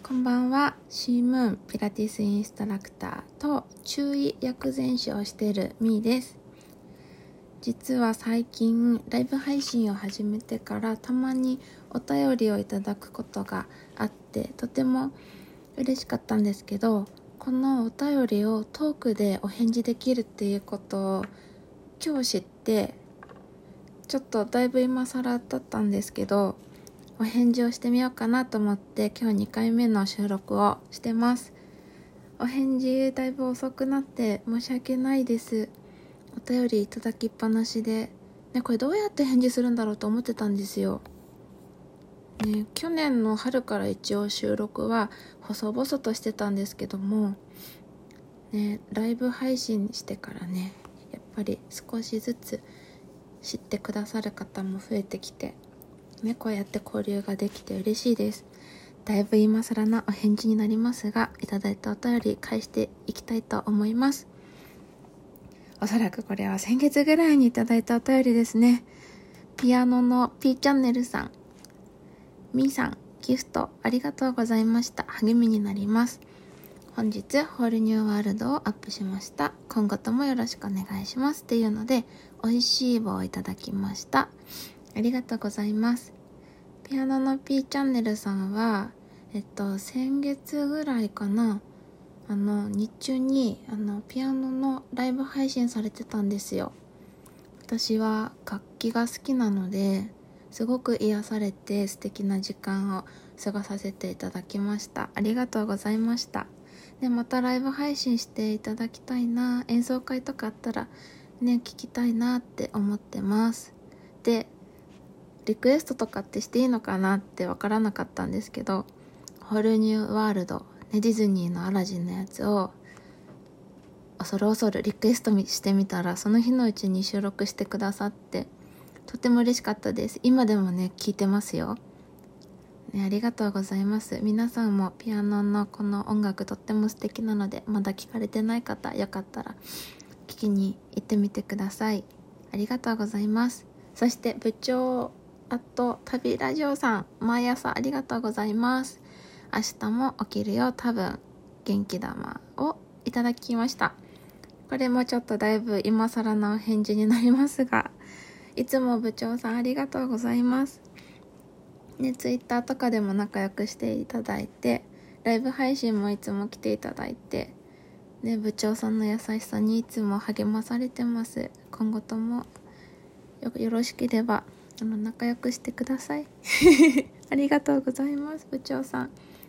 こんばんは。シームーンピラティスインストラクターと中医薬膳師をしているみーです。実は最近ライブ配信を始めてからたまにお便りをいただくことがあってとても嬉しかったんですけど、このお便りをトークでお返事できるっていうことを今日知って、ちょっとだいぶ今更だったんですけどお返事をしてみようかなと思って今日2回目の収録をしてます。お返事だいぶ遅くなって申し訳ないです。お便りいただきっぱなしで、これどうやって返事するんだろうと思ってたんですよ。去年の春から一応収録は細々としてたんですけども、ライブ配信してからやっぱり少しずつ知ってくださる方も増えてきて、こうやって交流ができて嬉しいです。だいぶ今更なお返事になりますが、いただいたお便り返していきたいと思います。おそらくこれは先月ぐらいにいただいたお便りですね。ピアノの P チャンネルさん、みーさん、ギフトありがとうございました。励みになります。本日ホールニューワールドをアップしました。今後ともよろしくお願いしますっていうので、美味しい棒をいただきました。ありがとうございます。ピアノの P チャンネルさんは先月ぐらいかな、日中にピアノのライブ配信されてたんですよ。私は楽器が好きなのですごく癒されて素敵な時間を過ごさせていただきました。ありがとうございました。で、またライブ配信していただきたいな、演奏会とかあったら聞きたいなって思ってます。で、リクエストとかってしていいのかなってわからなかったんですけど、ホールニューワールド、ディズニーのアラジンのやつを恐る恐るリクエストしてみたら、その日のうちに収録してくださってとても嬉しかったです。今でも聞いてますよ。ありがとうございます。皆さんもピアノのこの音楽とっても素敵なので、まだ聞かれてない方よかったら聞きに行ってみてください。ありがとうございます。そして部長旅ラジオさん、毎朝ありがとうございます。明日も起きるよ、多分元気玉をいただきました。これもちょっとだいぶ今更のお返事になりますが、いつも部長さんありがとうございます。ツイッターとかでも仲良くしていただいて、ライブ配信もいつも来ていただいて、部長さんの優しさにいつも励まされてます。今後ともよろしければ仲良くしてください。ありがとうございます、部長さん。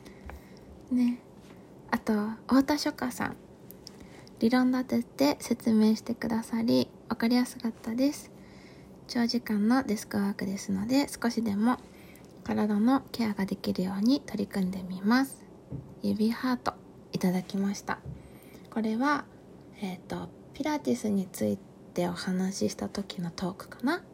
あと太田書家さん、理論立てて説明してくださり分かりやすかったです。長時間のデスクワークですので、少しでも体のケアができるように取り組んでみます。指ハートいただきました。これはピラティスについてお話しした時のトークかな。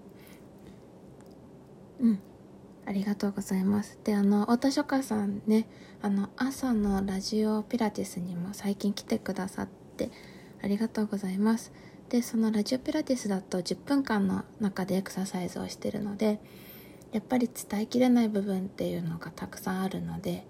ありがとうございます。で、太田書家さん朝のラジオピラティスにも最近来てくださってありがとうございます。で、そのラジオピラティスだと10分間の中でエクササイズをしてるので、やっぱり伝えきれない部分っていうのがたくさんあるので、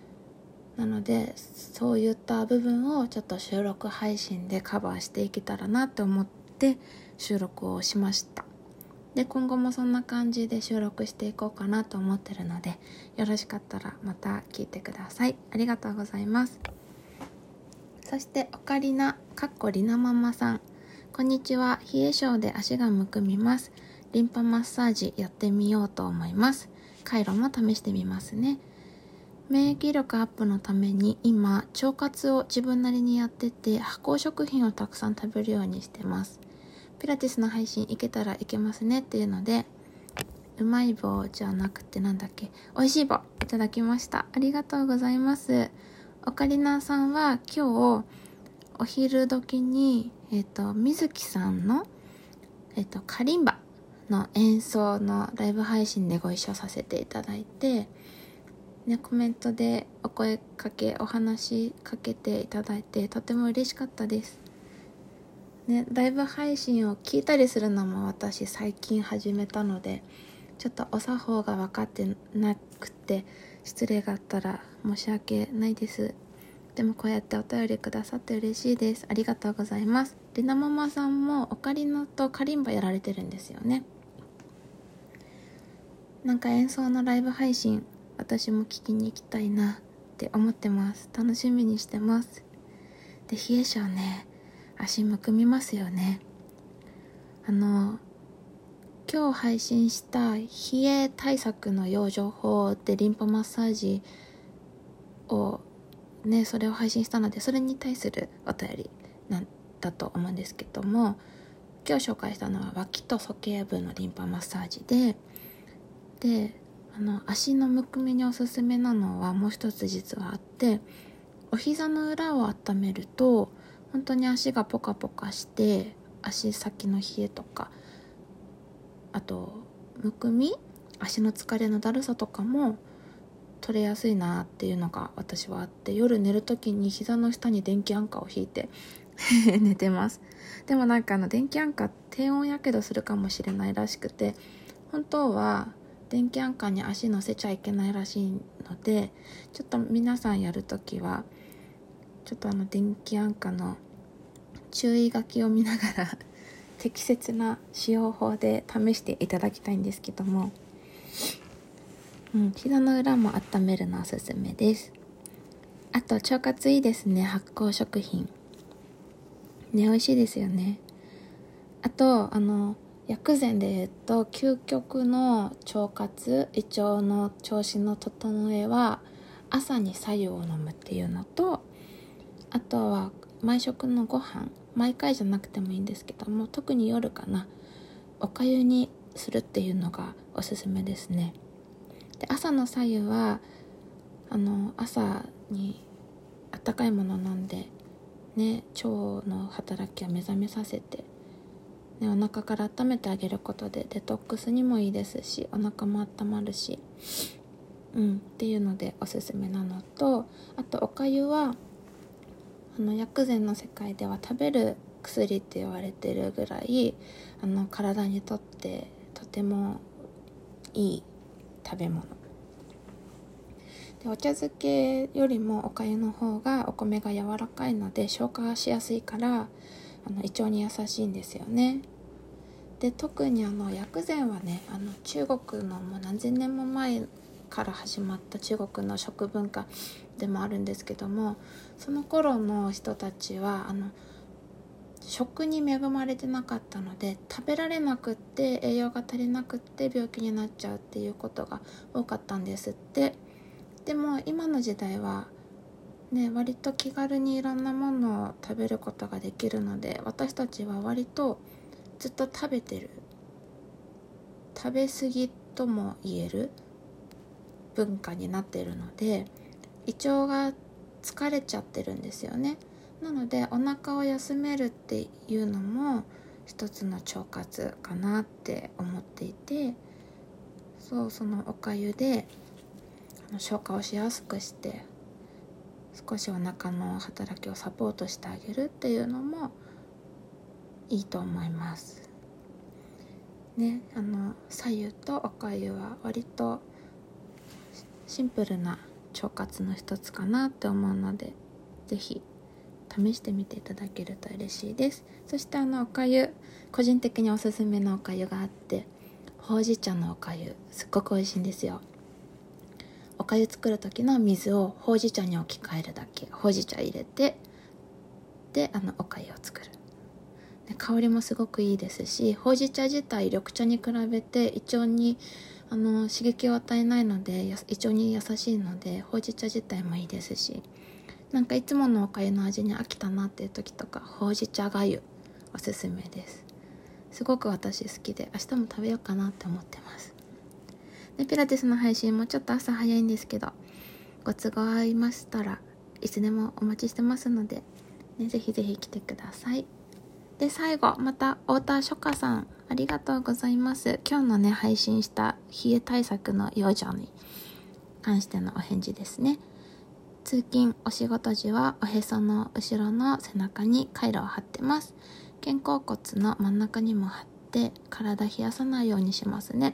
そういった部分をちょっと収録配信でカバーしていけたらなと思って収録をしました。で、今後もそんな感じで収録していこうかなと思ってるので、よろしかったらまた聞いてください。ありがとうございます。そしてオカリナリナママさん、こんにちは。冷え性で足がむくみます。リンパマッサージやってみようと思います。回路も試してみますね。免疫力アップのために今腸活を自分なりにやってて、発酵食品をたくさん食べるようにしてます。ピラティスの配信行けたら行けますねっていうので、うまい棒じゃなくておいしい棒いただきました。ありがとうございます。オカリナさんは今日お昼時に水木さんのカリンバの演奏のライブ配信でご一緒させていただいて、コメントでお話しかけていただいてとても嬉しかったです。ライブ配信を聞いたりするのも私最近始めたので、ちょっとお作法が分かってなくて失礼があったら申し訳ないです。でもこうやってお便りくださって嬉しいです。ありがとうございます。りなママさんもオカリナとカリンバやられてるんですよね。なんか演奏のライブ配信、私も聞きに行きたいなって思ってます。楽しみにしてます。で、冷え性ね、足むくみますよね。今日配信した冷え対策の養生法でリンパマッサージをね、それを配信したので、それに対するお便りなんだと思うんですけども、今日紹介したのは脇と鼠径部のリンパマッサージで、足のむくみにおすすめなのはもう一つ実はあって、お膝の裏を温めると本当に足がポカポカして、足先の冷えとか、あとむくみ、足の疲れのだるさとかも取れやすいなっていうのが私はあって、夜寝るときに膝の下に電気アンカーを引いて寝てます。でもなんか電気アンカー低温やけどするかもしれないらしくて、本当は電気アンカーに足乗せちゃいけないらしいので、ちょっと皆さんやるときはちょっと電気アンカーの注意書きを見ながら適切な使用法で試していただきたいんですけども、膝の裏も温めるのおすすめです。あと腸活いいですね。発酵食品ね、美味しいですよね。あと薬膳で言うと究極の腸活、胃腸の調子の整えは朝に白湯を飲むっていうのと、あとは毎食のご飯、毎回じゃなくてもいいんですけども、特に夜かな、おかゆにするっていうのがおすすめですね。で、朝の白湯は朝に温かいものを飲んでね、腸の働きを目覚めさせて、ね、お腹から温めてあげることでデトックスにもいいですし、お腹も温まるし、っていうのでおすすめなのと、あとおかゆは薬膳の世界では食べる薬って言われてるぐらい体にとってとてもいい食べ物で、お茶漬けよりもおかゆの方がお米が柔らかいので消化しやすいから胃腸に優しいんですよね。で、特に薬膳はね、中国のもう何千年も前から始まった中国の食文化でもあるんですけども、その頃の人たちは食に恵まれてなかったので、食べられなくって栄養が足りなくって病気になっちゃうっていうことが多かったんですって。でも今の時代はね、割と気軽にいろんなものを食べることができるので、私たちは割とずっと食べてる、食べ過ぎとも言える文化になっているので、胃腸が疲れちゃってるんですよね。なのでお腹を休めるっていうのも一つの腸活かなって思っていて、そのおかゆで消化をしやすくして少しお腹の働きをサポートしてあげるっていうのもいいと思いますね。白湯とおかゆは割とシンプルな腸活の一つかなって思うので、ぜひ試してみていただけると嬉しいです。そしておかゆ、個人的におすすめのおかゆがあって、ほうじ茶のおかゆ、すっごく美味しいんですよ。おかゆ作る時の水をほうじ茶に置き換えるだけ、ほうじ茶入れて、でおかゆを作る。で、香りもすごくいいですし、ほうじ茶自体緑茶に比べて胃腸に刺激を与えないので、胃腸に優しいので、ほうじ茶自体もいいですし、なんかいつものおかゆの味に飽きたなっていう時とか、ほうじ茶がゆおすすめです。すごく私好きで、明日も食べようかなって思ってます。で、ピラティスの配信もちょっと朝早いんですけど、ご都合合いましたらいつでもお待ちしてますので、ね、ぜひぜひ来てください。で、最後また太田書家さん、ありがとうございます。今日のね、配信した冷え対策の養生に関してのお返事ですね。通勤お仕事時はおへその後ろの背中にカイロを貼ってます。肩甲骨の真ん中にも貼って体冷やさないようにしますね。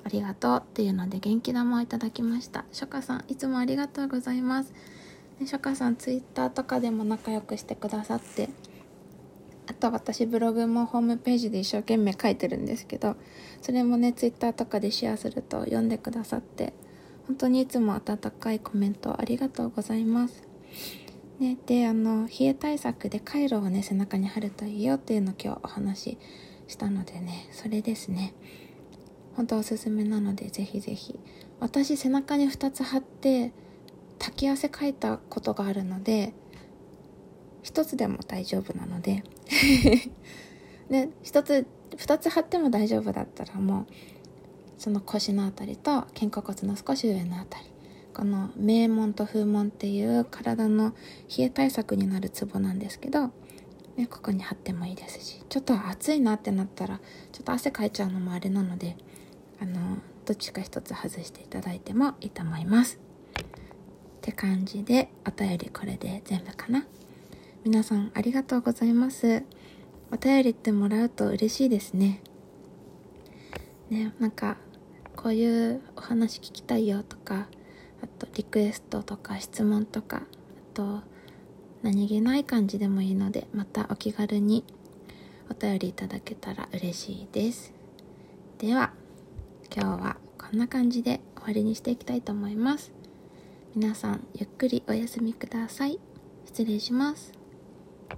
ありがとうっていうので元気玉をいただきました。ショカさんいつもありがとうございます。ショカさんツイッターとかでも仲良くしてくださって、あと私ブログもホームページで一生懸命書いてるんですけど、それもねツイッターとかでシェアすると読んでくださって、本当にいつも温かいコメントありがとうございます。ね、で冷え対策でカイロをね背中に貼るといいよっていうのを今日お話ししたのでね、それですね。本当おすすめなのでぜひぜひ。私背中に2つ貼って滝汗かいたことがあるので、1つでも大丈夫なのでで2つ貼っても大丈夫だったら、もうその腰のあたりと肩甲骨の少し上のあたり、この名門と風門っていう体の冷え対策になるツボなんですけど、ね、ここに貼ってもいいですし、ちょっと暑いなってなったらちょっと汗かいちゃうのもあれなので、どっちか一つ外していただいてもいいと思いますって感じで、お便りこれで全部かな。皆さんありがとうございます。お便りってもらうと嬉しいですね。なんかこういうお話聞きたいよとか、あとリクエストとか質問とか、あと何気ない感じでもいいので、またお気軽にお便りいただけたら嬉しいです。では今日はこんな感じで終わりにしていきたいと思います。皆さんゆっくりお休みください。失礼します。